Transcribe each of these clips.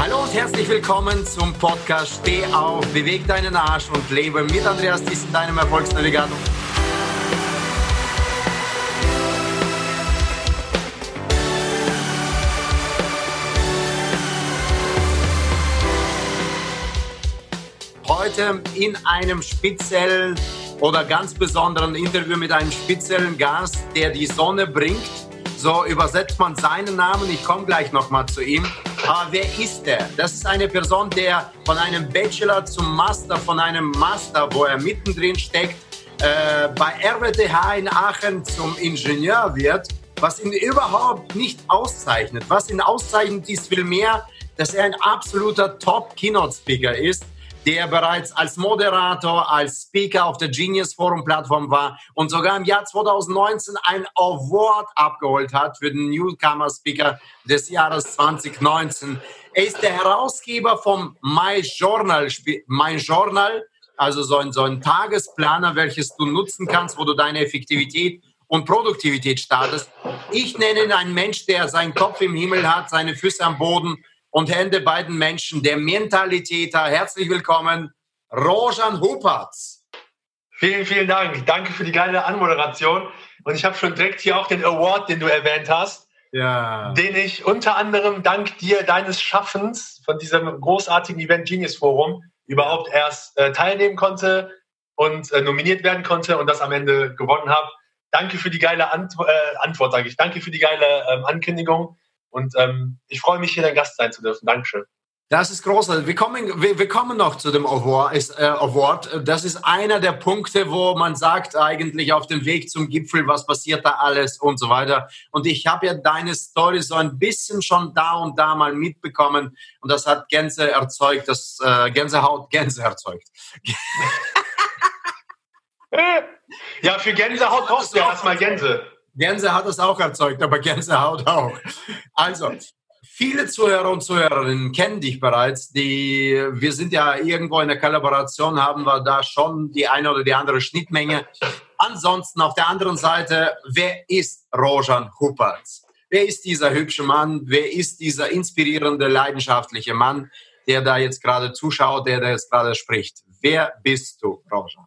Hallo und herzlich willkommen zum Podcast Steh auf, beweg deinen Arsch und lebe mit Andreas Thyssen, deinem Erfolgsnavigator. Heute in einem speziellen oder ganz besonderen Interview mit einem speziellen Gast, der die Sonne bringt. So übersetzt man seinen Namen. Ich komme gleich nochmal zu ihm. Aber wer ist der? Das ist eine Person, der von einem Bachelor zum Master, von einem Master, wo er mittendrin steckt, bei RWTH in Aachen zum Ingenieur wird, was ihn überhaupt nicht auszeichnet. Was ihn auszeichnet, ist vielmehr, dass er ein absoluter Top-Keynote-Speaker ist, der bereits als Moderator, als Speaker auf der Genius Forum Plattform war und sogar im Jahr 2019 ein Award abgeholt hat für den Newcomer Speaker des Jahres 2019. Er ist der Herausgeber vom My Journal, also so ein Tagesplaner, welches du nutzen kannst, wo du deine Effektivität und Produktivität startest. Ich nenne ihn einen Mensch, der seinen Kopf im Himmel hat, seine Füße am Boden und Hände bei den Menschen, der Mentalitäter. Herzlich willkommen, Rojan Hubertz. Vielen, vielen Dank. Danke für die geile Anmoderation. Und ich habe schon direkt hier auch den Award, den du erwähnt hast, den ich unter anderem dank dir, deines Schaffens von diesem großartigen Event Genius Forum überhaupt erst teilnehmen konnte und nominiert werden konnte und das am Ende gewonnen habe. Danke für die geile Antwort, sage ich. Danke für die geile Ankündigung. Und ich freue mich, hier dein Gast sein zu dürfen. Dankeschön. Das ist großartig. Wir kommen noch zu dem Award. Das ist einer der Punkte, wo man sagt, eigentlich auf dem Weg zum Gipfel, was passiert da alles und so weiter. Und ich habe ja deine Story so ein bisschen schon da und da mal mitbekommen. Und das hat Gänsehaut erzeugt. Ja, für Gänsehaut brauchst du ja erstmal Gänse. Gänse hat es auch erzeugt, aber Gänsehaut auch. Also, viele Zuhörer und Zuhörerinnen kennen dich bereits. Wir sind ja irgendwo in der Kollaboration, haben wir da schon die eine oder die andere Schnittmenge. Ansonsten auf der anderen Seite, wer ist Rojan Hubertz? Wer ist dieser hübsche Mann? Wer ist dieser inspirierende, leidenschaftliche Mann, der da jetzt gerade zuschaut, der da jetzt gerade spricht? Wer bist du, Rojan?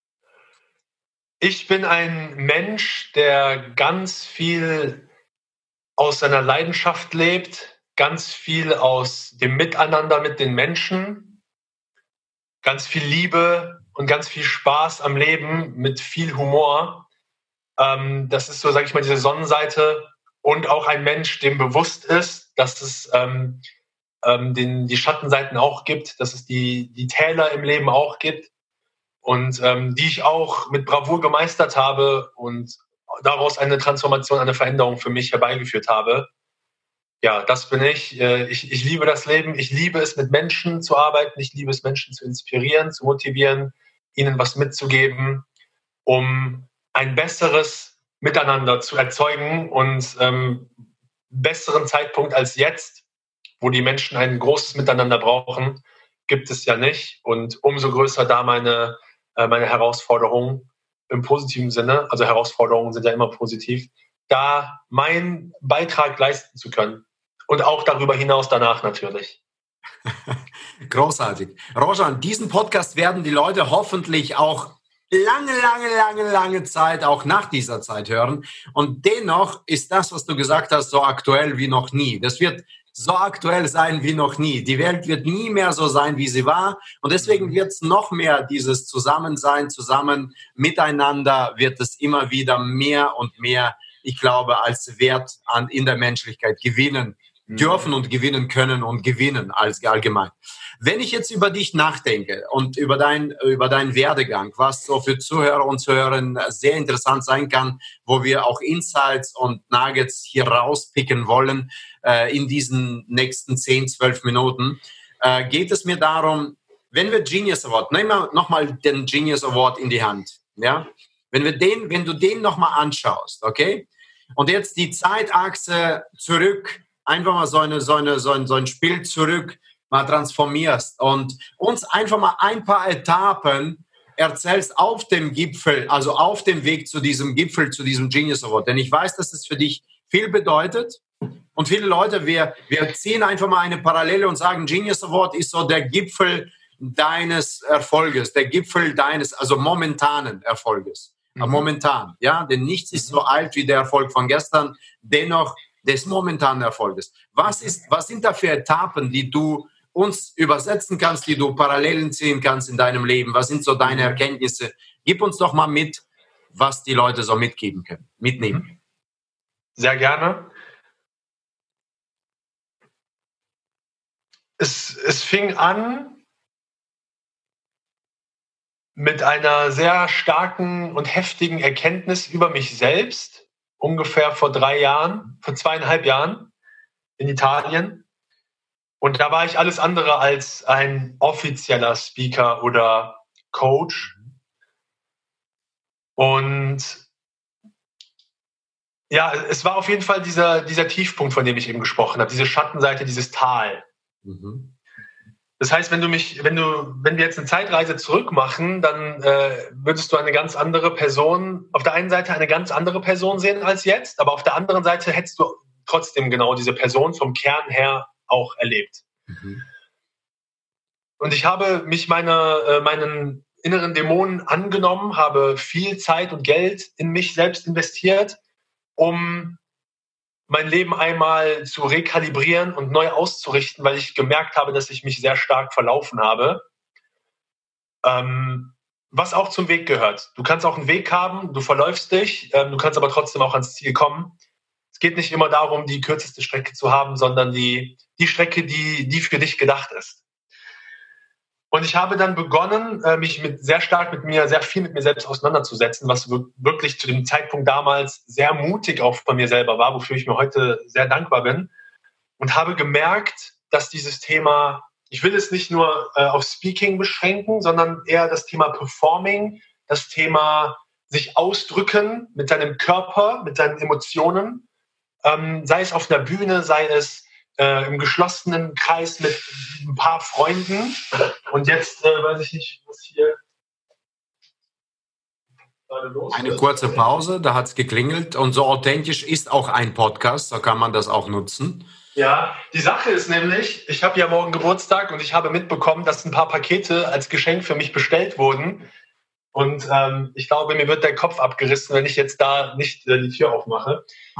Ich bin ein Mensch, der ganz viel aus seiner Leidenschaft lebt, ganz viel aus dem Miteinander mit den Menschen, ganz viel Liebe und ganz viel Spaß am Leben mit viel Humor. Das ist so, sage ich mal, diese Sonnenseite. Und auch ein Mensch, dem bewusst ist, dass es die Schattenseiten auch gibt, dass es die Täler im Leben auch gibt. Und die ich auch mit Bravour gemeistert habe und daraus eine Transformation, eine Veränderung für mich herbeigeführt habe. Ja, das bin ich. Ich liebe das Leben. Ich liebe es, mit Menschen zu arbeiten. Ich liebe es, Menschen zu inspirieren, zu motivieren, ihnen was mitzugeben, um ein besseres Miteinander zu erzeugen und besseren Zeitpunkt als jetzt, wo die Menschen ein großes Miteinander brauchen, gibt es ja nicht. Und umso größer da meine Herausforderungen im positiven Sinne, also Herausforderungen sind ja immer positiv, da meinen Beitrag leisten zu können. Und auch darüber hinaus danach natürlich. Großartig. Rojan, diesen Podcast werden die Leute hoffentlich auch lange Zeit, auch nach dieser Zeit hören. Und dennoch ist das, was du gesagt hast, so aktuell wie noch nie. Das wird so aktuell sein wie noch nie. Die Welt wird nie mehr so sein, wie sie war. Und deswegen wird es noch mehr dieses Zusammensein, zusammen miteinander, wird es immer wieder mehr und mehr, ich glaube, als Wert in der Menschlichkeit gewinnen dürfen und gewinnen können und gewinnen als allgemein. Wenn ich jetzt über dich nachdenke und über deinen Werdegang, was so für Zuhörer und Zuhörerinnen sehr interessant sein kann, wo wir auch Insights und Nuggets hier rauspicken wollen in diesen nächsten 10, 12 Minuten, geht es mir darum, wenn wir Genius Award, nehmen wir nochmal den Genius Award in die Hand, ja? Wenn du den nochmal anschaust, okay? Und jetzt die Zeitachse zurück, einfach mal so ein Spiel zurück mal transformierst und uns einfach mal ein paar Etappen erzählst auf dem Gipfel, also auf dem Weg zu diesem Gipfel, zu diesem Genius Award. Denn ich weiß, dass es für dich viel bedeutet. Und viele Leute, wir ziehen einfach mal eine Parallele und sagen, Genius Award ist so der Gipfel deines Erfolges, der Gipfel deines, also momentanen Erfolges. Momentan, ja, denn nichts ist so alt wie der Erfolg von gestern, dennoch des momentanen Erfolges. Was sind da für Etappen, die du uns übersetzen kannst, die du Parallelen ziehen kannst in deinem Leben? Was sind so deine Erkenntnisse? Gib uns doch mal mit, was die Leute so mitnehmen. Sehr gerne. Es fing an mit einer sehr starken und heftigen Erkenntnis über mich selbst, ungefähr vor 2,5 Jahren in Italien. Und da war ich alles andere als ein offizieller Speaker oder Coach. Und ja, es war auf jeden Fall dieser Tiefpunkt, von dem ich eben gesprochen habe, diese Schattenseite, dieses Tal. Das heißt, wenn wir jetzt eine Zeitreise zurück machen, dann würdest du eine ganz andere Person, auf der einen Seite eine ganz andere Person sehen als jetzt, aber auf der anderen Seite hättest du trotzdem genau diese Person vom Kern her auch erlebt. Und ich habe mich meinen inneren Dämonen angenommen, habe viel Zeit und Geld in mich selbst investiert, um mein Leben einmal zu rekalibrieren und neu auszurichten, weil ich gemerkt habe, dass ich mich sehr stark verlaufen habe. Was auch zum Weg gehört. Du kannst auch einen Weg haben, du verläufst dich, du kannst aber trotzdem auch ans Ziel kommen. Es geht nicht immer darum, die kürzeste Strecke zu haben, sondern die Strecke, die für dich gedacht ist. Und ich habe dann begonnen, mich sehr viel mit mir selbst auseinanderzusetzen, was wirklich zu dem Zeitpunkt damals sehr mutig auch von mir selber war, wofür ich mir heute sehr dankbar bin. Und habe gemerkt, dass dieses Thema, ich will es nicht nur auf Speaking beschränken, sondern eher das Thema Performing, das Thema sich ausdrücken mit deinem Körper, mit deinen Emotionen, sei es auf einer Bühne, sei es im geschlossenen Kreis mit ein paar Freunden. Und jetzt weiß ich nicht, was hier gerade los ist. Eine kurze Pause, da hat es geklingelt. Und so authentisch ist auch ein Podcast, so kann man das auch nutzen. Ja, die Sache ist nämlich, ich habe ja morgen Geburtstag und ich habe mitbekommen, dass ein paar Pakete als Geschenk für mich bestellt wurden. Und ich glaube, mir wird der Kopf abgerissen, wenn ich jetzt da nicht die Tür aufmache.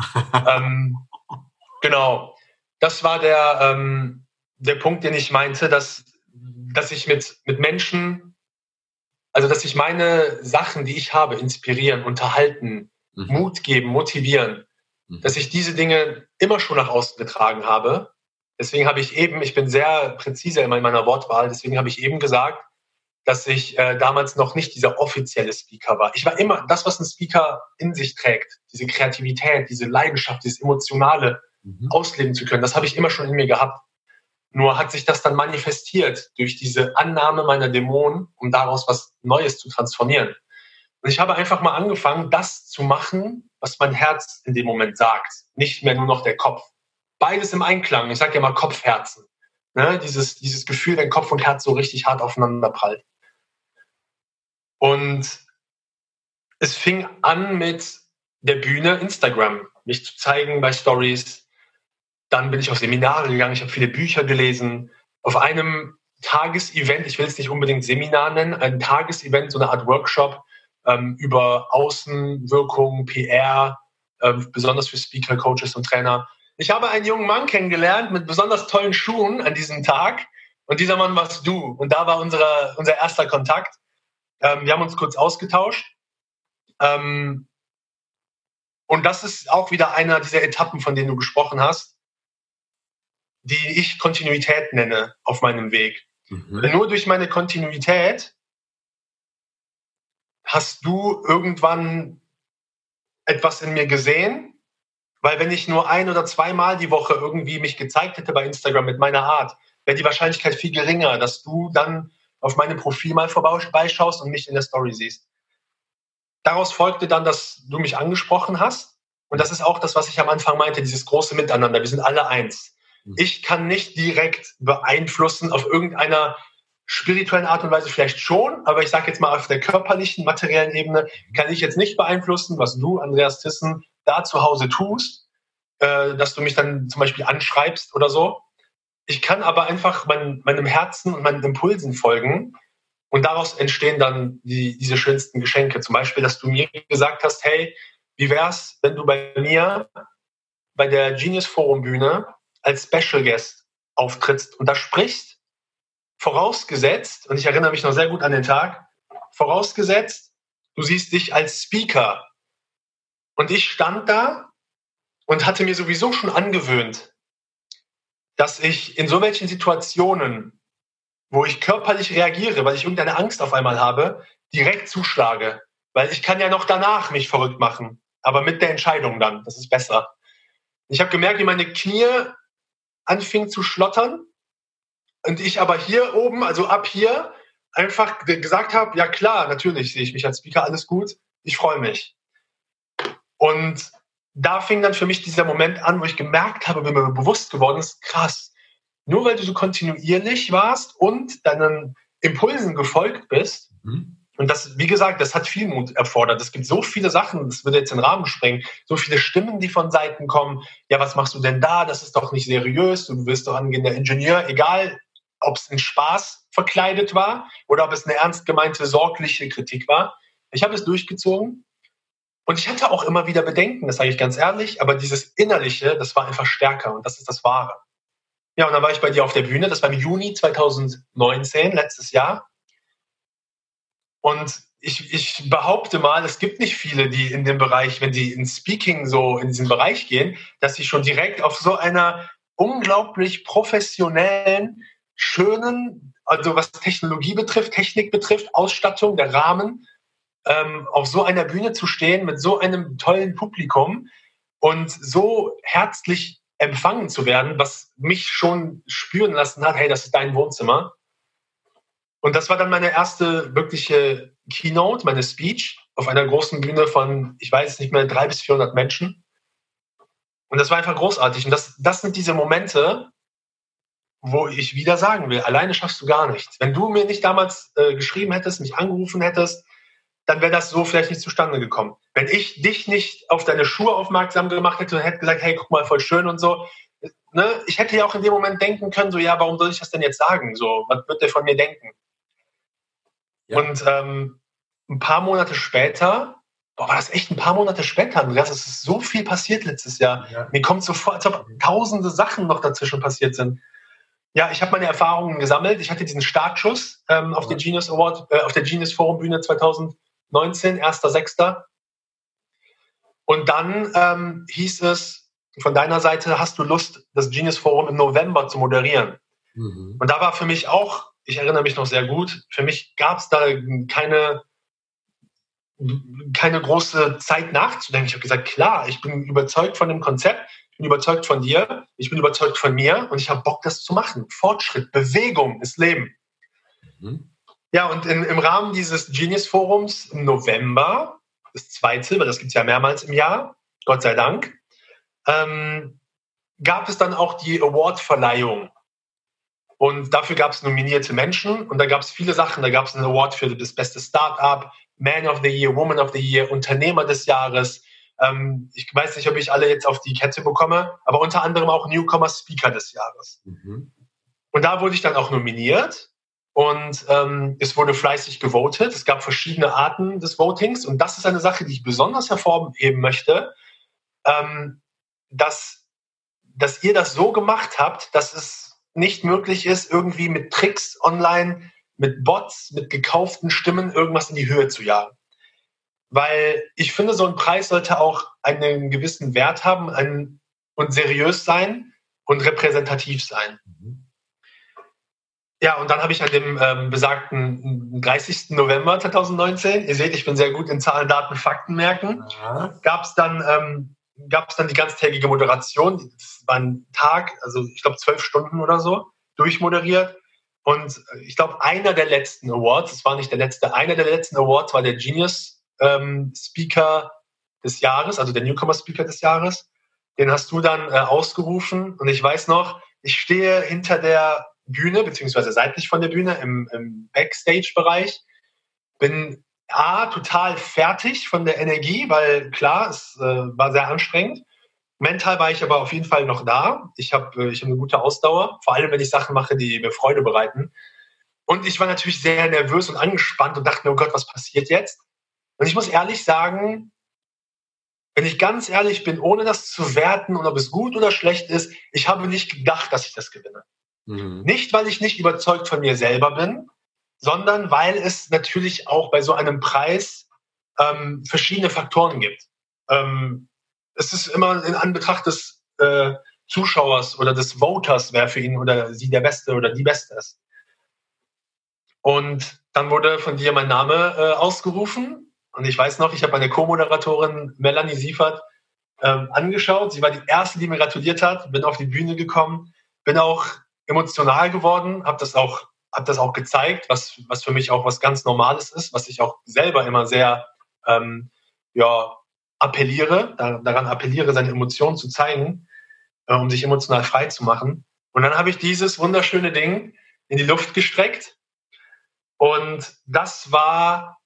Genau. Das war der Punkt, den ich meinte, dass ich mit Menschen, also dass ich meine Sachen, die ich habe, inspirieren, unterhalten, Mut geben, motivieren, dass ich diese Dinge immer schon nach außen getragen habe. Deswegen habe ich bin sehr präzise in meiner Wortwahl, deswegen habe ich eben gesagt, dass ich damals noch nicht dieser offizielle Speaker war. Ich war immer das, was ein Speaker in sich trägt, diese Kreativität, diese Leidenschaft, dieses Emotionale, ausleben zu können. Das habe ich immer schon in mir gehabt. Nur hat sich das dann manifestiert durch diese Annahme meiner Dämonen, um daraus was Neues zu transformieren. Und ich habe einfach mal angefangen, das zu machen, was mein Herz in dem Moment sagt. Nicht mehr nur noch der Kopf. Beides im Einklang. Ich sage ja mal Kopf-Herzen. Ne? Dieses Gefühl, wenn Kopf und Herz so richtig hart aufeinander prallt. Und es fing an mit der Bühne Instagram. Mich zu zeigen bei Stories. Dann bin ich auf Seminare gegangen, ich habe viele Bücher gelesen. Auf einem Tagesevent, ich will es nicht unbedingt Seminar nennen, ein Tagesevent, so eine Art Workshop über Außenwirkung, PR, besonders für Speaker, Coaches und Trainer. Ich habe einen jungen Mann kennengelernt mit besonders tollen Schuhen an diesem Tag und dieser Mann warst du. Und da war unser erster Kontakt. Wir haben uns kurz ausgetauscht. Und das ist auch wieder einer dieser Etappen, von denen du gesprochen hast, die ich Kontinuität nenne auf meinem Weg. Nur durch meine Kontinuität hast du irgendwann etwas in mir gesehen, weil wenn ich nur 1 oder 2 Mal die Woche irgendwie mich gezeigt hätte bei Instagram mit meiner Art, wäre die Wahrscheinlichkeit viel geringer, dass du dann auf meinem Profil mal vorbeischaust und mich in der Story siehst. Daraus folgte dann, dass du mich angesprochen hast. Und das ist auch das, was ich am Anfang meinte, dieses große Miteinander. Wir sind alle eins. Ich kann nicht direkt beeinflussen auf irgendeiner spirituellen Art und Weise, vielleicht schon, aber ich sage jetzt mal auf der körperlichen, materiellen Ebene kann ich jetzt nicht beeinflussen, was du, Andreas Thyssen, da zu Hause tust. dass du mich dann zum Beispiel anschreibst oder so. Ich kann aber einfach meinem Herzen und meinen Impulsen folgen und daraus entstehen dann diese schönsten Geschenke. Zum Beispiel, dass du mir gesagt hast, hey, wie wär's, wenn du bei mir bei der Genius Forum Bühne als Special Guest auftrittst und da sprichst, vorausgesetzt, und ich erinnere mich noch sehr gut an den Tag, vorausgesetzt, du siehst dich als Speaker. Und ich stand da und hatte mir sowieso schon angewöhnt, dass ich in so welchen Situationen, wo ich körperlich reagiere, weil ich irgendeine Angst auf einmal habe, direkt zuschlage. Weil ich kann ja noch danach mich verrückt machen. Aber mit der Entscheidung dann, das ist besser. Ich habe gemerkt, wie meine Knie anfingen zu schlottern und ich aber hier oben, also ab hier, einfach gesagt habe, ja klar, natürlich sehe ich mich als Speaker, alles gut, ich freue mich. Und da fing dann für mich dieser Moment an, wo ich gemerkt habe, wie mir bewusst geworden ist, krass, nur weil du so kontinuierlich warst und deinen Impulsen gefolgt bist, und das, wie gesagt, das hat viel Mut erfordert. Es gibt so viele Sachen, das würde jetzt den Rahmen sprengen, so viele Stimmen, die von Seiten kommen. Ja, was machst du denn da? Das ist doch nicht seriös. Du wirst doch angehender Ingenieur. Egal, ob es ein Spaß verkleidet war oder ob es eine ernst gemeinte, sorgliche Kritik war. Ich habe es durchgezogen und ich hatte auch immer wieder Bedenken, das sage ich ganz ehrlich, aber dieses Innerliche, das war einfach stärker und das ist das Wahre. Ja, und dann war ich bei dir auf der Bühne, das war im Juni 2019, letztes Jahr. Und ich behaupte mal, es gibt nicht viele, die in dem Bereich, wenn die in Speaking so in diesen Bereich gehen, dass sie schon direkt auf so einer unglaublich professionellen, schönen, also was Technologie betrifft, Technik betrifft, Ausstattung, der Rahmen, auf so einer Bühne zu stehen mit so einem tollen Publikum und so herzlich empfangen zu werden, was mich schon spüren lassen hat, hey, das ist dein Wohnzimmer. Und das war dann meine erste wirkliche Keynote, meine Speech auf einer großen Bühne von, ich weiß nicht mehr, 300 bis 400 Menschen. Und das war einfach großartig. Und das sind diese Momente, wo ich wieder sagen will, alleine schaffst du gar nichts. Wenn du mir nicht damals geschrieben hättest, mich angerufen hättest, dann wäre das so vielleicht nicht zustande gekommen. Wenn ich dich nicht auf deine Schuhe aufmerksam gemacht hätte und hätte gesagt, hey, guck mal, voll schön und so, ne? Ich hätte ja auch in dem Moment denken können, so, ja, warum soll ich das denn jetzt sagen? So, was wird der von mir denken? Ja. Und ein paar Monate später, war das echt ein paar Monate später, Andreas, es ist so viel passiert letztes Jahr. Ja. Mir kommt so vor, als ob tausende Sachen noch dazwischen passiert sind. Ja, ich habe meine Erfahrungen gesammelt. Ich hatte diesen Startschuss auf den Genius Award, auf der Genius Forum Bühne 2019, 1.6. Und dann hieß es von deiner Seite, hast du Lust, das Genius Forum im November zu moderieren? Mhm. Und da war für mich auch, ich erinnere mich noch sehr gut, für mich gab es da keine große Zeit nachzudenken. Ich habe gesagt, klar, ich bin überzeugt von dem Konzept, ich bin überzeugt von dir, ich bin überzeugt von mir und ich habe Bock, das zu machen. Fortschritt, Bewegung ist Leben. Mhm. Ja, und im Rahmen dieses Genius Forums im November, das zweite, weil das gibt es ja mehrmals im Jahr, Gott sei Dank, gab es dann auch die Award-Verleihung. Und dafür gab es nominierte Menschen und da gab es viele Sachen. Da gab es einen Award für das beste Startup, Man of the Year, Woman of the Year, Unternehmer des Jahres. Ich weiß nicht, ob ich alle jetzt auf die Kette bekomme, aber unter anderem auch Newcomer Speaker des Jahres. Mhm. Und da wurde ich dann auch nominiert und es wurde fleißig gewotet. Es gab verschiedene Arten des Votings und das ist eine Sache, die ich besonders hervorheben möchte, dass ihr das so gemacht habt, dass es nicht möglich ist, irgendwie mit Tricks online, mit Bots, mit gekauften Stimmen irgendwas in die Höhe zu jagen. Weil ich finde, so ein Preis sollte auch einen gewissen Wert haben und seriös sein und repräsentativ sein. Mhm. Ja, und dann habe ich an dem besagten 30. November 2019, ihr seht, ich bin sehr gut in Zahlen, Daten, Fakten merken, gab es dann die ganztägige Moderation. Das war ein Tag, also ich glaube 12 Stunden oder so, durchmoderiert. Und ich glaube, einer der letzten Awards, das war nicht der letzte, einer der letzten Awards war der Genius Speaker des Jahres, also der Newcomer Speaker des Jahres. Den hast du dann ausgerufen. Und ich weiß noch, ich stehe hinter der Bühne, beziehungsweise seitlich von der Bühne im Backstage-Bereich, bin total fertig von der Energie, weil klar, es war sehr anstrengend. Mental war ich aber auf jeden Fall noch da. Ich hab eine gute Ausdauer, vor allem wenn ich Sachen mache, die mir Freude bereiten. Und ich war natürlich sehr nervös und angespannt und dachte mir, oh Gott, was passiert jetzt? Und ich muss ehrlich sagen, wenn ich ganz ehrlich bin, ohne das zu werten und ob es gut oder schlecht ist, ich habe nicht gedacht, dass ich das gewinne. Mhm. Nicht, weil ich nicht überzeugt von mir selber bin, sondern weil es natürlich auch bei so einem Preis verschiedene Faktoren gibt. Es ist immer in Anbetracht des Zuschauers oder des Voters, wer für ihn oder sie der Beste oder die Beste ist. Und dann wurde von dir mein Name ausgerufen. Und ich weiß noch, ich habe meine Co-Moderatorin Melanie Siefert angeschaut. Sie war die Erste, die mir gratuliert hat. Bin auf die Bühne gekommen, bin auch emotional geworden, habe das auch gezeigt, was für mich auch was ganz Normales ist, was ich auch selber immer sehr daran appelliere, seine Emotionen zu zeigen, um sich emotional frei zu machen. Und dann habe ich dieses wunderschöne Ding in die Luft gestreckt. Und das war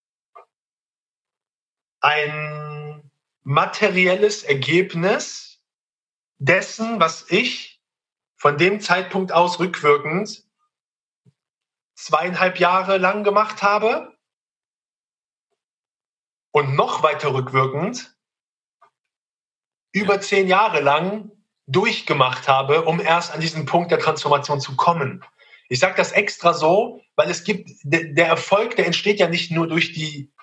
ein materielles Ergebnis dessen, was ich von dem Zeitpunkt aus rückwirkend 2,5 Jahre lang gemacht habe und noch weiter rückwirkend über 10 Jahre lang durchgemacht habe, um erst an diesen Punkt der Transformation zu kommen. Ich sage das extra so, weil es gibt, der Erfolg, der entsteht ja nicht nur durch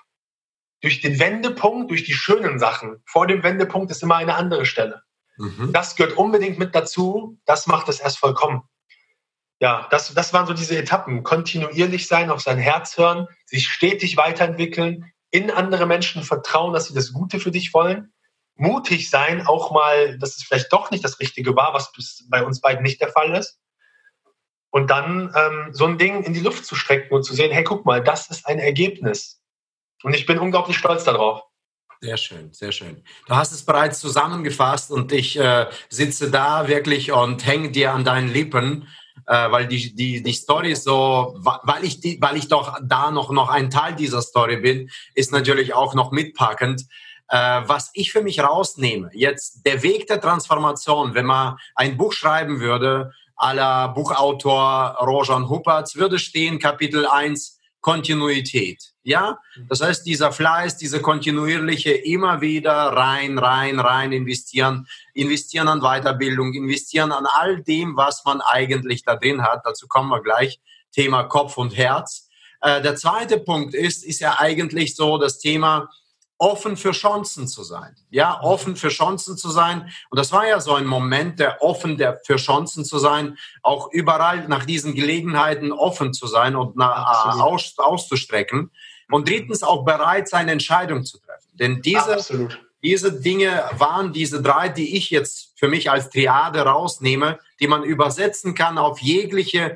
den Wendepunkt, durch die schönen Sachen. Vor dem Wendepunkt ist immer eine andere Stelle. Mhm. Das gehört unbedingt mit dazu. Das macht es erst vollkommen. Ja, das waren so diese Etappen. Kontinuierlich sein, auf sein Herz hören, sich stetig weiterentwickeln, in andere Menschen vertrauen, dass sie das Gute für dich wollen. Mutig sein, auch mal, dass es vielleicht doch nicht das Richtige war, was bei uns beiden nicht der Fall ist. Und dann so ein Ding in die Luft zu strecken und zu sehen, hey, guck mal, das ist ein Ergebnis. Und ich bin unglaublich stolz darauf. Sehr schön, sehr schön. Du hast es bereits zusammengefasst und ich sitze da wirklich und hänge dir an deinen Lippen, weil die Story so, weil ich doch da noch ein Teil dieser Story bin, ist natürlich auch noch mitpackend. Was ich für mich rausnehme, jetzt der Weg der Transformation, wenn man ein Buch schreiben würde, à la Buchautor Rojan Huppertz, würde stehen Kapitel 1, Kontinuität. Ja, das heißt, dieser Fleiß, diese kontinuierliche immer wieder rein investieren an Weiterbildung, investieren an all dem, was man eigentlich da drin hat. Dazu kommen wir gleich. Thema Kopf und Herz. Der zweite Punkt ist ja eigentlich so das Thema, offen für Chancen zu sein. Ja, offen für Chancen zu sein. Und das war ja so ein Moment, für Chancen zu sein, auch überall nach diesen Gelegenheiten offen zu sein und auszustrecken. Und drittens auch bereit, seine Entscheidung zu treffen. Denn diese Dinge waren diese 3, die ich jetzt für mich als Triade rausnehme, die man übersetzen kann auf jegliche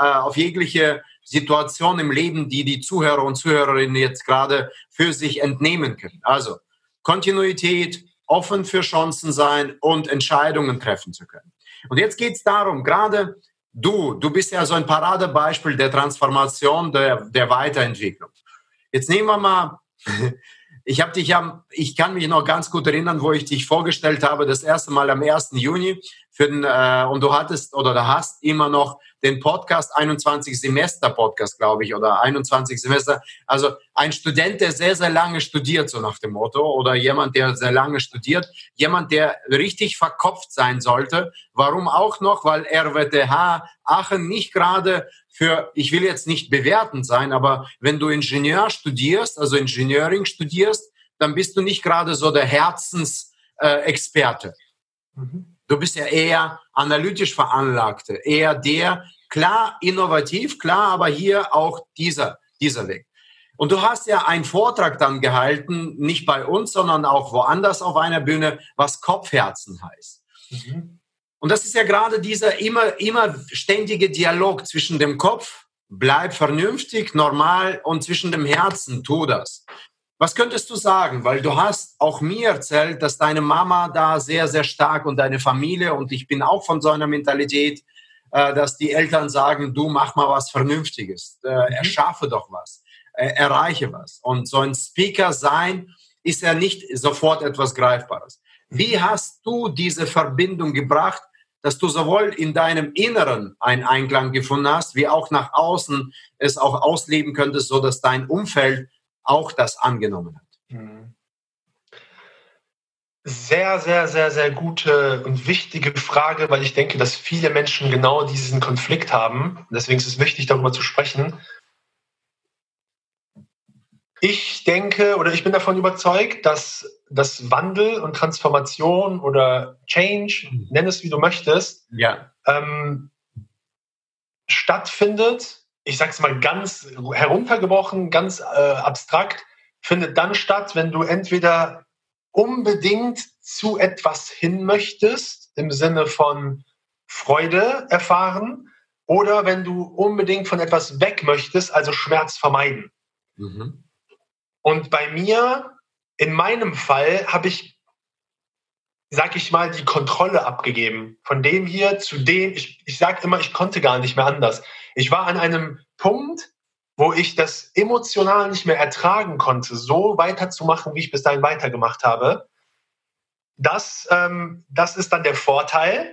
Situation im Leben, die Zuhörer und Zuhörerinnen jetzt gerade für sich entnehmen können. Also Kontinuität, offen für Chancen sein und Entscheidungen treffen zu können. Und jetzt geht es darum, gerade du bist ja so ein Paradebeispiel der Transformation, der Weiterentwicklung. Jetzt nehmen wir mal, ich kann mich noch ganz gut erinnern, wo ich dich vorgestellt habe, das erste Mal am 1. Juni und du hast immer noch den Podcast, 21 Semester Podcast, glaube ich, oder 21 Semester. Also ein Student, der sehr, sehr lange studiert, so nach dem Motto, oder jemand, der sehr lange studiert, jemand, der richtig verkopft sein sollte. Warum auch noch? Weil RWTH Aachen nicht gerade ich will jetzt nicht bewertend sein, aber wenn du Ingenieur studierst, also Engineering studierst, dann bist du nicht gerade so der Herzensexperte. Du bist ja eher analytisch Veranlagte, eher klar, innovativ, klar, aber hier auch dieser Weg. Und du hast ja einen Vortrag dann gehalten, nicht bei uns, sondern auch woanders auf einer Bühne, was Kopfherzen heißt. Mhm. Und das ist ja gerade dieser immer ständige Dialog zwischen dem Kopf, bleib vernünftig, normal, und zwischen dem Herzen, tu das. Was könntest du sagen? Weil du hast auch mir erzählt, dass deine Mama da sehr, sehr stark und deine Familie, und ich bin auch von so einer Mentalität, dass die Eltern sagen, du mach mal was Vernünftiges, erschaffe doch was, erreiche was. Und so ein Speaker sein ist ja nicht sofort etwas Greifbares. Wie hast du diese Verbindung gebracht, dass du sowohl in deinem Inneren einen Einklang gefunden hast, wie auch nach außen es auch ausleben könntest, sodass dein Umfeld auch das angenommen hat? Mhm. Sehr, sehr, sehr, sehr gute und wichtige Frage, weil ich denke, dass viele Menschen genau diesen Konflikt haben. Deswegen ist es wichtig, darüber zu sprechen. Ich denke oder ich bin davon überzeugt, dass das Wandel und Transformation oder Change, nenn es wie du möchtest, stattfindet. Ich sage es mal ganz heruntergebrochen, ganz abstrakt, findet dann statt, wenn du entweder unbedingt zu etwas hin möchtest, im Sinne von Freude erfahren, oder wenn du unbedingt von etwas weg möchtest, also Schmerz vermeiden. Mhm. Und bei mir, in meinem Fall, habe ich, sag ich mal, die Kontrolle abgegeben. Von dem hier zu dem, ich sage immer, ich konnte gar nicht mehr anders. Ich war an einem Punkt, wo ich das emotional nicht mehr ertragen konnte, so weiterzumachen, wie ich bis dahin weitergemacht habe. Das ist dann der Vorteil.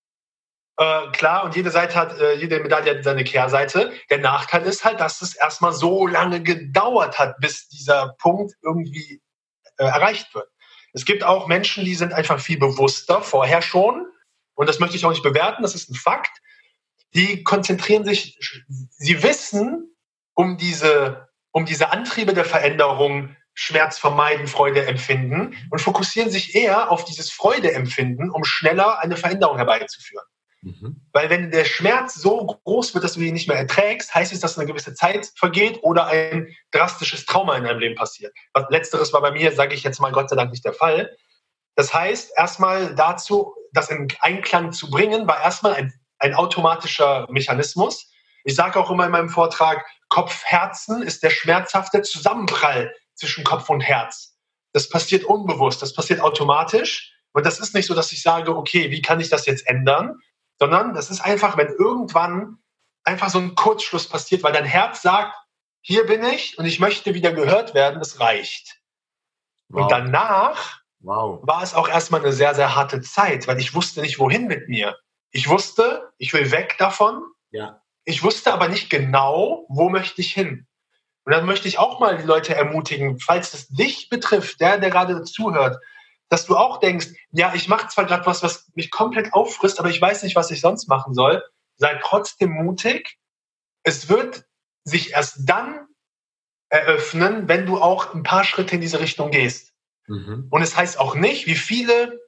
Klar, und jede Seite hat, jede Medaille hat seine Kehrseite. Der Nachteil ist halt, dass es erstmal so lange gedauert hat, bis dieser Punkt irgendwie erreicht wird. Es gibt auch Menschen, die sind einfach viel bewusster vorher schon. Und das möchte ich auch nicht bewerten, das ist ein Fakt. Die konzentrieren sich, sie wissen um diese Antriebe der Veränderung, Schmerz vermeiden, Freude empfinden und fokussieren sich eher auf dieses Freude-Empfinden, um schneller eine Veränderung herbeizuführen. Mhm. Weil wenn der Schmerz so groß wird, dass du ihn nicht mehr erträgst, heißt es, dass eine gewisse Zeit vergeht oder ein drastisches Trauma in deinem Leben passiert. Letzteres war bei mir, sage ich jetzt mal, Gott sei Dank nicht der Fall. Das heißt, erstmal dazu, das in Einklang zu bringen, war erstmal ein automatischer Mechanismus. Ich sage auch immer in meinem Vortrag, Kopf-Herzen ist der schmerzhafte Zusammenprall zwischen Kopf und Herz. Das passiert unbewusst, das passiert automatisch. Und das ist nicht so, dass ich sage, okay, wie kann ich das jetzt ändern? Sondern das ist einfach, wenn irgendwann einfach so ein Kurzschluss passiert, weil dein Herz sagt, hier bin ich und ich möchte wieder gehört werden, das reicht. Wow. Und danach war es auch erstmal eine sehr, sehr harte Zeit, weil ich wusste nicht, wohin mit mir. Ich wusste, ich will weg davon. Ja. Ich wusste aber nicht genau, wo möchte ich hin. Und dann möchte ich auch mal die Leute ermutigen, falls es dich betrifft, der gerade zuhört, dass du auch denkst, ja, ich mache zwar gerade was mich komplett auffrisst, aber ich weiß nicht, was ich sonst machen soll. Sei trotzdem mutig. Es wird sich erst dann eröffnen, wenn du auch ein paar Schritte in diese Richtung gehst. Mhm. Und es heißt auch nicht, wie viele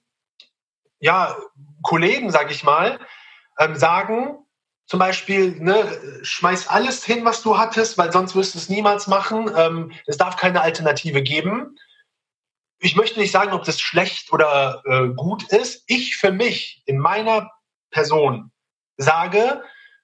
Kollegen, sage ich mal, sagen, zum Beispiel, schmeiß alles hin, was du hattest, weil sonst wirst du es niemals machen. Es darf keine Alternative geben. Ich möchte nicht sagen, ob das schlecht oder gut ist. Ich für mich, in meiner Person, sage,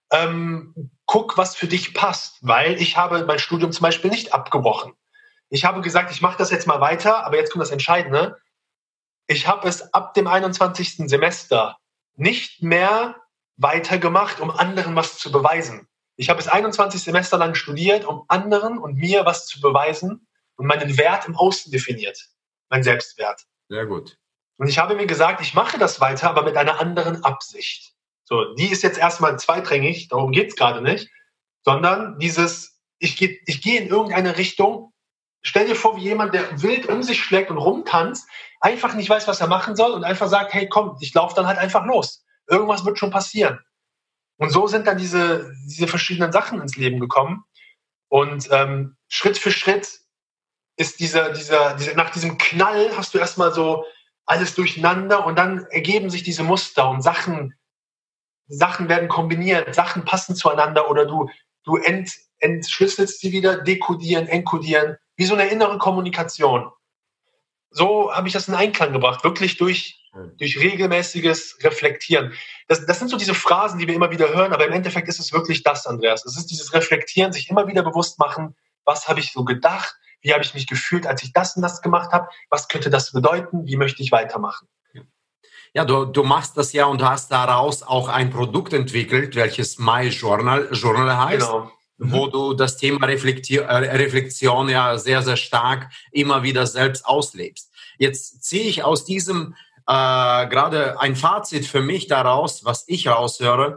guck, was für dich passt. Weil ich habe mein Studium zum Beispiel nicht abgebrochen. Ich habe gesagt, ich mache das jetzt mal weiter, aber jetzt kommt das Entscheidende. Ich habe es ab dem 21. Semester nicht mehr weitergemacht, um anderen was zu beweisen. Ich habe es 21 Semester lang studiert, um anderen und mir was zu beweisen und meinen Wert im Außen definiert. Mein Selbstwert. Sehr gut. Und ich habe mir gesagt, ich mache das weiter, aber mit einer anderen Absicht. So, die ist jetzt erstmal zweitrangig, darum geht es gerade nicht, sondern dieses, ich gehe in irgendeine Richtung. Stell dir vor, wie jemand, der wild um sich schlägt und rumtanzt, einfach nicht weiß, was er machen soll und einfach sagt, hey, komm, ich laufe dann halt einfach los. Irgendwas wird schon passieren. Und so sind dann diese verschiedenen Sachen ins Leben gekommen. Und Schritt für Schritt ist nach diesem Knall hast du erstmal so alles durcheinander und dann ergeben sich diese Muster und Sachen werden kombiniert, Sachen passen zueinander oder du entschlüsselst sie wieder, dekodieren, enkodieren, wie so eine innere Kommunikation. So habe ich das in Einklang gebracht, wirklich durch regelmäßiges Reflektieren. Das sind so diese Phrasen, die wir immer wieder hören, aber im Endeffekt ist es wirklich das, Andreas. Es ist dieses Reflektieren, sich immer wieder bewusst machen, was habe ich so gedacht, wie habe ich mich gefühlt, als ich das und das gemacht habe, was könnte das bedeuten, wie möchte ich weitermachen. Ja, du machst das ja und hast daraus auch ein Produkt entwickelt, welches My Journal heißt. Genau. Wo du das Thema Reflexion ja sehr, sehr stark immer wieder selbst auslebst. Jetzt ziehe ich aus diesem gerade ein Fazit für mich daraus, was ich raushöre,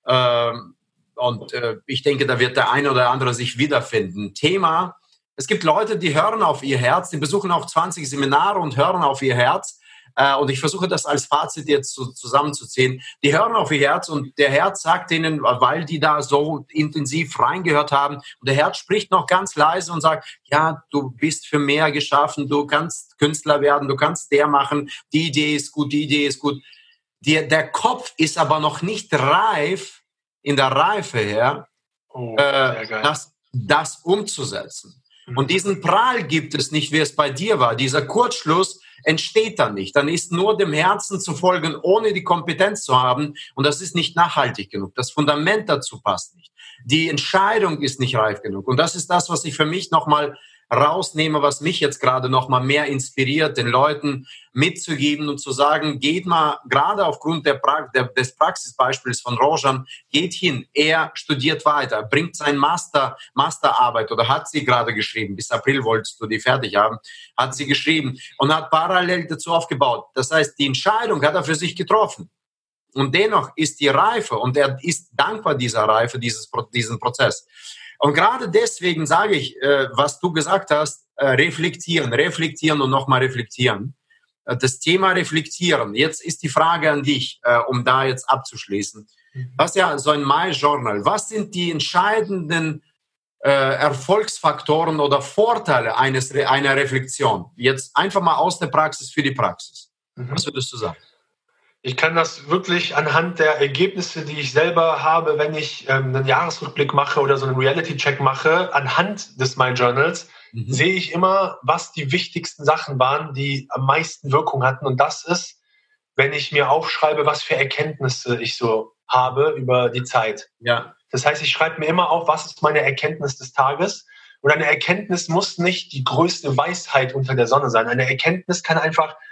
ich denke, da wird der eine oder andere sich wiederfinden. Thema, es gibt Leute, die hören auf ihr Herz, die besuchen auch 20 Seminare und hören auf ihr Herz. Und ich versuche das als Fazit jetzt zusammenzuziehen. Die hören auf ihr Herz und der Herz sagt ihnen, weil die da so intensiv reingehört haben, und der Herz spricht noch ganz leise und sagt, ja, du bist für mehr geschaffen, du kannst Künstler werden, du kannst der machen, die Idee ist gut, die Idee ist gut. Der Kopf ist aber noch nicht reif, in der Reife her, das umzusetzen. Und diesen Prall gibt es nicht, wie es bei dir war. Dieser Kurzschluss entsteht dann nicht. Dann ist nur dem Herzen zu folgen, ohne die Kompetenz zu haben. Und das ist nicht nachhaltig genug. Das Fundament dazu passt nicht. Die Entscheidung ist nicht reif genug. Und das ist das, was ich für mich nochmal rausnehme, was mich jetzt gerade nochmal mehr inspiriert, den Leuten mitzugeben und zu sagen, geht mal, gerade aufgrund des Praxisbeispiels von Rojan, geht hin, er studiert weiter, bringt sein Masterarbeit oder hat sie gerade geschrieben, bis April wolltest du die fertig haben, hat sie geschrieben und hat parallel dazu aufgebaut. Das heißt, die Entscheidung hat er für sich getroffen. Und dennoch ist die Reife, und er ist dankbar dieser Reife, diesen Prozess. Und gerade deswegen sage ich, was du gesagt hast, reflektieren und nochmal reflektieren. Das Thema reflektieren. Jetzt ist die Frage an dich, um da jetzt abzuschließen. Du hast ja so ein My Journal. Was sind die entscheidenden Erfolgsfaktoren oder Vorteile einer Reflexion? Jetzt einfach mal aus der Praxis für die Praxis. Was würdest du sagen? Ich kann das wirklich anhand der Ergebnisse, die ich selber habe, wenn ich einen Jahresrückblick mache oder so einen Reality-Check mache, anhand des My Journals, sehe ich immer, was die wichtigsten Sachen waren, die am meisten Wirkung hatten. Und das ist, wenn ich mir aufschreibe, was für Erkenntnisse ich so habe über die Zeit. Ja. Das heißt, ich schreibe mir immer auf, was ist meine Erkenntnis des Tages. Und eine Erkenntnis muss nicht die größte Weisheit unter der Sonne sein. Eine Erkenntnis kann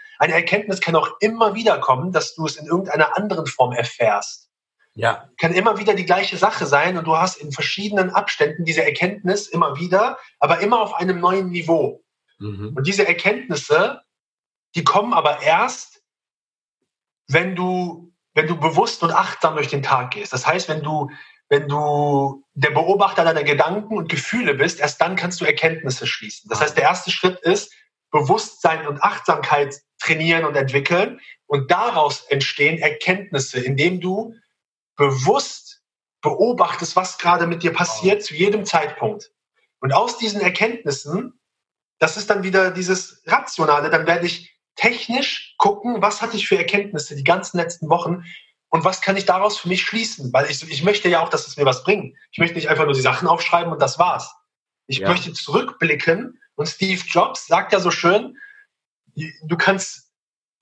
auch immer wieder kommen, dass du es in irgendeiner anderen Form erfährst. Ja. Kann immer wieder die gleiche Sache sein und du hast in verschiedenen Abständen diese Erkenntnis immer wieder, aber immer auf einem neuen Niveau. Und diese Erkenntnisse, die kommen aber erst, wenn du bewusst und achtsam durch den Tag gehst. Das heißt, wenn du der Beobachter deiner Gedanken und Gefühle bist, erst dann kannst du Erkenntnisse schließen. Das heißt, der erste Schritt ist, Bewusstsein und Achtsamkeit trainieren und entwickeln und daraus entstehen Erkenntnisse, indem du bewusst beobachtest, was gerade mit dir passiert zu jedem Zeitpunkt. Und aus diesen Erkenntnissen, das ist dann wieder dieses Rationale, dann werde ich technisch gucken, was hatte ich für Erkenntnisse die ganzen letzten Wochen und was kann ich daraus für mich schließen, weil ich möchte ja auch, dass es mir was bringt. Ich möchte nicht einfach nur die Sachen aufschreiben und das war's. Ich möchte zurückblicken. Und Steve Jobs sagt ja so schön, du kannst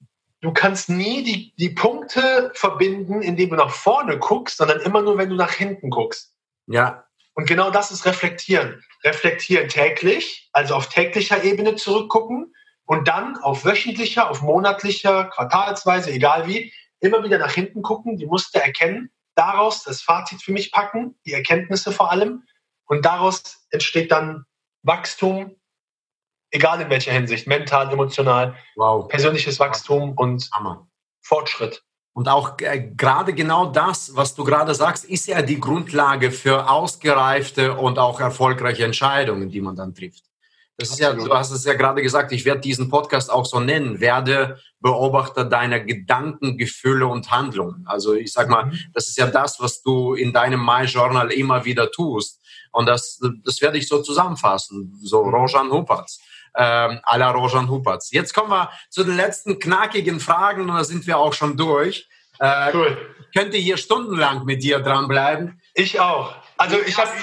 nie die Punkte verbinden, indem du nach vorne guckst, sondern immer nur, wenn du nach hinten guckst. Ja. Und genau das ist Reflektieren. Reflektieren täglich, also auf täglicher Ebene zurückgucken und dann auf wöchentlicher, auf monatlicher, quartalsweise, egal wie, immer wieder nach hinten gucken, die Muster erkennen, daraus das Fazit für mich packen, die Erkenntnisse vor allem. Und daraus entsteht dann Wachstum, egal in welcher Hinsicht, mental, emotional, persönliches Wachstum und Fortschritt. Und auch gerade genau das, was du gerade sagst, ist ja die Grundlage für ausgereifte und auch erfolgreiche Entscheidungen, die man dann trifft. Das ist ja, du hast es ja gerade gesagt, ich werde diesen Podcast auch so nennen, werde Beobachter deiner Gedanken, Gefühle und Handlungen. Also ich sag mal, das ist ja das, was du in deinem My Journal immer wieder tust. Und das werde ich so zusammenfassen, so Rojan Hupatz, à la Rojan Hupatz. Jetzt kommen wir zu den letzten knackigen Fragen und da sind wir auch schon durch. Cool. Ich könnte hier stundenlang mit dir dranbleiben. Ich auch. Also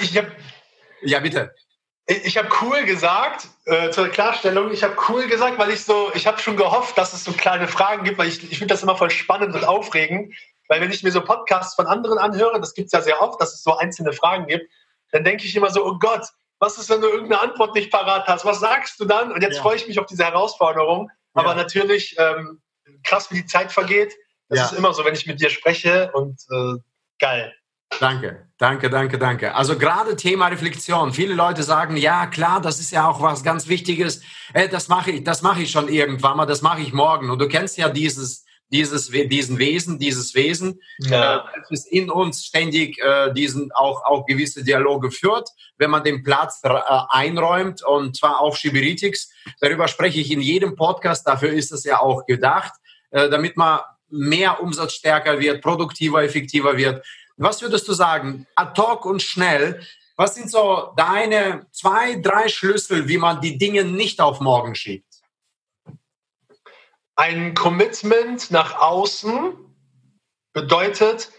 Ja, bitte. Ich habe cool gesagt, zur Klarstellung, ich habe cool gesagt, weil ich habe schon gehofft, dass es so kleine Fragen gibt, weil ich finde das immer voll spannend und aufregend, weil wenn ich mir so Podcasts von anderen anhöre, das gibt es ja sehr oft, dass es so einzelne Fragen gibt, dann denke ich immer so, oh Gott, was ist, wenn du irgendeine Antwort nicht parat hast? Was sagst du dann? Und jetzt freue ich mich auf diese Herausforderung. Aber natürlich, krass, wie die Zeit vergeht. Das ist immer so, wenn ich mit dir spreche und geil. Danke, danke, danke, danke. Also gerade Thema Reflexion. Viele Leute sagen, ja klar, das ist ja auch was ganz Wichtiges. Das mache ich schon irgendwann mal, das mache ich morgen. Und du kennst ja dieses Wesen, Ja. das in uns ständig auch gewisse Dialoge führt, wenn man den Platz einräumt, und zwar auch Schiberitics. Darüber spreche ich in jedem Podcast, dafür ist es ja auch gedacht, damit man mehr umsatzstärker wird, produktiver, effektiver wird. Was würdest du sagen, ad hoc und schnell, was sind so deine 2, 3 Schlüssel, wie man die Dinge nicht auf morgen schiebt? Ein Commitment nach außen bedeutet,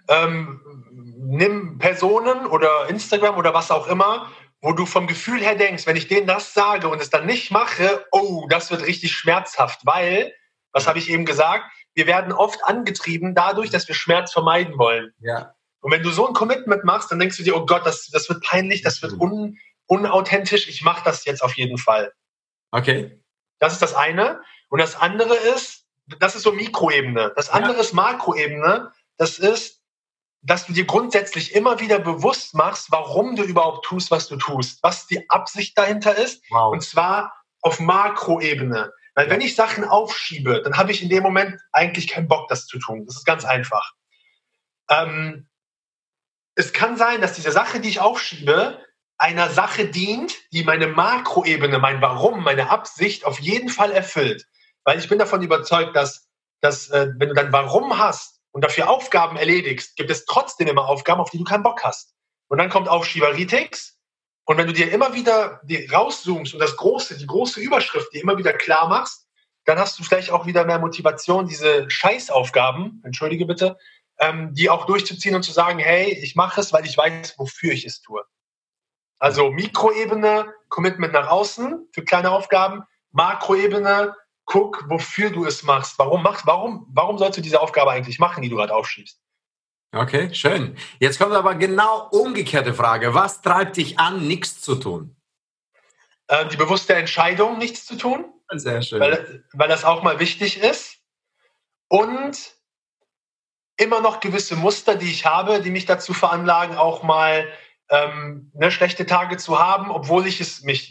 nimm Personen oder Instagram oder was auch immer, wo du vom Gefühl her denkst, wenn ich denen das sage und es dann nicht mache, oh, das wird richtig schmerzhaft, weil, was habe ich eben gesagt, wir werden oft angetrieben dadurch, dass wir Schmerz vermeiden wollen. Ja. Und wenn du so ein Commitment machst, dann denkst du dir, oh Gott, das wird peinlich, das wird unauthentisch, ich mache das jetzt auf jeden Fall. Okay. Das ist das eine. Und das andere ist, das ist so Mikroebene. Das andere ist Makroebene. Das ist, dass du dir grundsätzlich immer wieder bewusst machst, warum du überhaupt tust, was du tust. Was die Absicht dahinter ist. Wow. Und zwar auf Makroebene. Weil wenn ich Sachen aufschiebe, dann habe ich in dem Moment eigentlich keinen Bock, das zu tun. Das ist ganz einfach. Es kann sein, dass diese Sache, die ich aufschiebe, einer Sache dient, die meine Makroebene, mein Warum, meine Absicht auf jeden Fall erfüllt. Weil ich bin davon überzeugt, dass wenn du dein Warum hast und dafür Aufgaben erledigst, gibt es trotzdem immer Aufgaben, auf die du keinen Bock hast. Und dann kommt auch Schiberitics. Und wenn du dir immer wieder rauszoomst und die große Überschrift dir immer wieder klar machst, dann hast du vielleicht auch wieder mehr Motivation, diese Scheißaufgaben, entschuldige bitte, die auch durchzuziehen und zu sagen, hey, ich mache es, weil ich weiß, wofür ich es tue. Also Mikroebene, Commitment nach außen für kleine Aufgaben. Makroebene, guck, wofür du es machst. Warum sollst du diese Aufgabe eigentlich machen, die du gerade aufschiebst? Okay, schön. Jetzt kommt aber genau umgekehrte Frage. Was treibt dich an, nichts zu tun? Die bewusste Entscheidung, nichts zu tun. Sehr schön. Weil das auch mal wichtig ist. Und immer noch gewisse Muster, die ich habe, die mich dazu veranlagen, auch mal schlechte Tage zu haben, obwohl ich es mir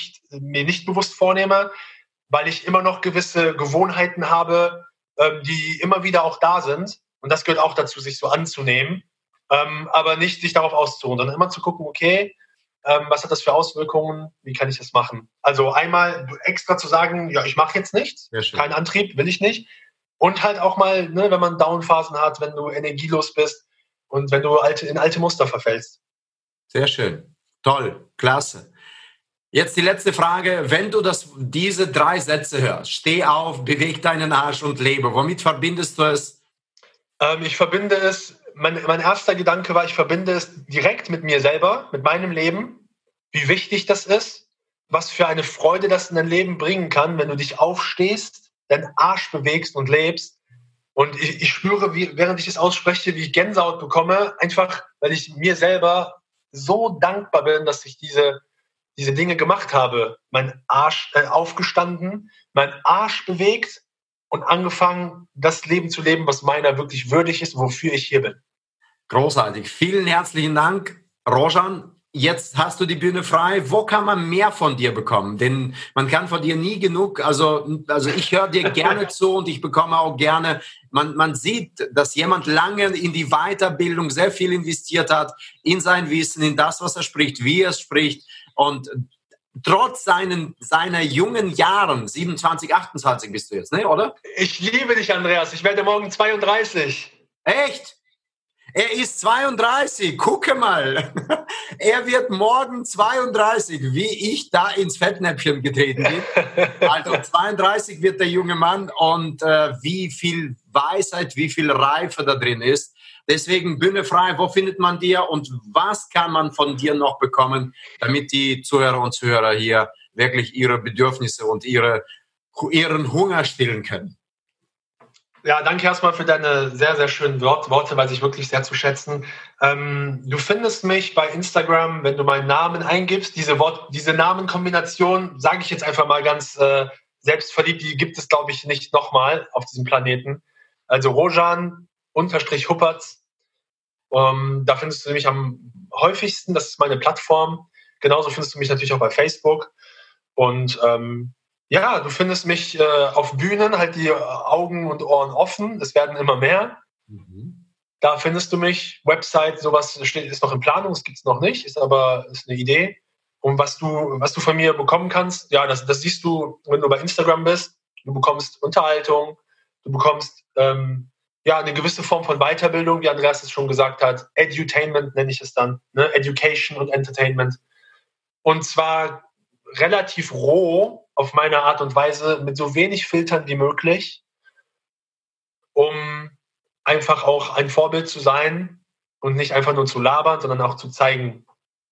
nicht bewusst vornehme, weil ich immer noch gewisse Gewohnheiten habe, die immer wieder auch da sind. Und das gehört auch dazu, sich so anzunehmen, aber nicht sich darauf auszuruhen, sondern immer zu gucken, okay, was hat das für Auswirkungen, wie kann ich das machen? Also einmal extra zu sagen, ja, ich mache jetzt nichts, kein Antrieb, will ich nicht. Und halt auch mal, wenn man Downphasen hat, wenn du energielos bist und wenn du in alte Muster verfällst. Sehr schön. Toll. Klasse. Jetzt die letzte Frage. Wenn du diese 3 Sätze hörst, steh auf, beweg deinen Arsch und lebe. Womit verbindest du es? Ich verbinde es, mein erster Gedanke war, ich verbinde es direkt mit mir selber, mit meinem Leben, wie wichtig das ist, was für eine Freude das in dein Leben bringen kann, wenn du dich aufstehst, deinen Arsch bewegst und lebst. Und ich spüre, während ich es ausspreche, wie ich Gänsehaut bekomme, einfach, weil ich mir selber so dankbar bin, dass ich diese Dinge gemacht habe. Mein Arsch aufgestanden, mein Arsch bewegt und angefangen, das Leben zu leben, was meiner wirklich würdig ist, wofür ich hier bin. Großartig. Vielen herzlichen Dank, Rojan. Jetzt hast du die Bühne frei. Wo kann man mehr von dir bekommen? Denn man kann von dir nie genug. Also ich höre dir gerne zu und ich bekomme auch gerne. Man sieht, dass jemand lange in die Weiterbildung sehr viel investiert hat, in sein Wissen, in das, was er spricht, wie er es spricht. Und trotz seiner jungen Jahren, 27, 28 bist du jetzt, ne, oder? Ich liebe dich, Andreas. Ich werde morgen 32. Echt? Er ist 32, gucke mal. Er wird morgen 32, wie ich da ins Fettnäpfchen getreten bin. Also 32 wird der junge Mann und wie viel Weisheit, wie viel Reife da drin ist. Deswegen Bühne frei, wo findet man dir und was kann man von dir noch bekommen, damit die Zuhörer und Zuhörer hier wirklich ihre Bedürfnisse und ihren Hunger stillen können? Ja, danke erstmal für deine sehr, sehr schönen Worte, weiß ich wirklich sehr zu schätzen. Du findest mich bei Instagram, wenn du meinen Namen eingibst. Diese Namenkombination, sage ich jetzt einfach mal ganz selbstverliebt, die gibt es, glaube ich, nicht nochmal auf diesem Planeten. Also Rojan _Huppertz. Da findest du mich am häufigsten. Das ist meine Plattform. Genauso findest du mich natürlich auch bei Facebook. Und du findest mich auf Bühnen, halt die Augen und Ohren offen. Es werden immer mehr. Da findest du mich. Website, sowas ist noch in Planung, das gibt es noch nicht, ist eine Idee. Und was du von mir bekommen kannst, ja, das siehst du, wenn du bei Instagram bist. Du bekommst Unterhaltung, du bekommst eine gewisse Form von Weiterbildung, wie Andreas es schon gesagt hat. Edutainment nenne ich es dann, ne? Education und Entertainment. Und zwar relativ roh auf meine Art und Weise, mit so wenig Filtern wie möglich, um einfach auch ein Vorbild zu sein und nicht einfach nur zu labern, sondern auch zu zeigen,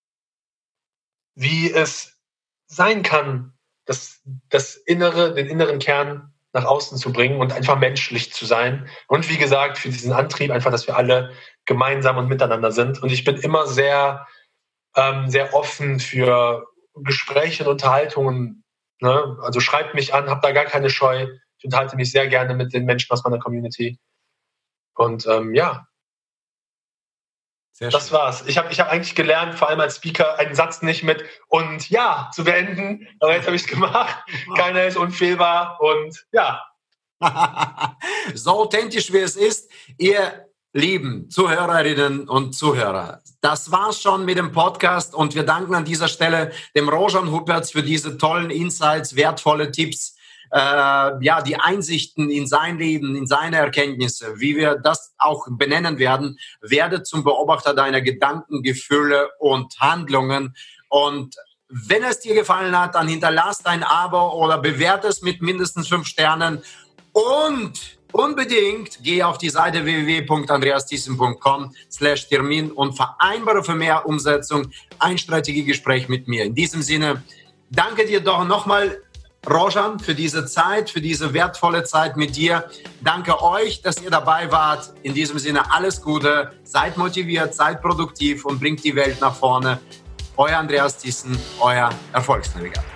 wie es sein kann, den inneren Kern nach außen zu bringen und einfach menschlich zu sein. Und wie gesagt, für diesen Antrieb einfach, dass wir alle gemeinsam und miteinander sind. Und ich bin immer sehr, sehr offen für Gespräche und Unterhaltungen. Ne? Also schreibt mich an, habt da gar keine Scheu. Ich unterhalte mich sehr gerne mit den Menschen aus meiner Community. Und das war's. Ich hab eigentlich gelernt, vor allem als Speaker, einen Satz nicht mit "und ja" zu beenden. Aber jetzt habe ich es gemacht. Keiner ist unfehlbar und ja. So authentisch wie es ist, ihr lieben Zuhörerinnen und Zuhörer. Das war's schon mit dem Podcast und wir danken an dieser Stelle dem Rojan Huppertz für diese tollen Insights, wertvolle Tipps, die Einsichten in sein Leben, in seine Erkenntnisse, wie wir das auch benennen werden. Werde zum Beobachter deiner Gedanken, Gefühle und Handlungen. Und wenn es dir gefallen hat, dann hinterlass dein Abo oder bewerte es mit mindestens 5 Sternen. Und unbedingt geh auf die Seite www.andreasthyssen.com/Termin und vereinbare für mehr Umsetzung ein Strategiegespräch mit mir. In diesem Sinne, danke dir doch nochmal, Rojan, für diese Zeit, für diese wertvolle Zeit mit dir. Danke euch, dass ihr dabei wart. In diesem Sinne alles Gute, seid motiviert, seid produktiv und bringt die Welt nach vorne. Euer Andreas Thyssen, euer Erfolgsnavigator.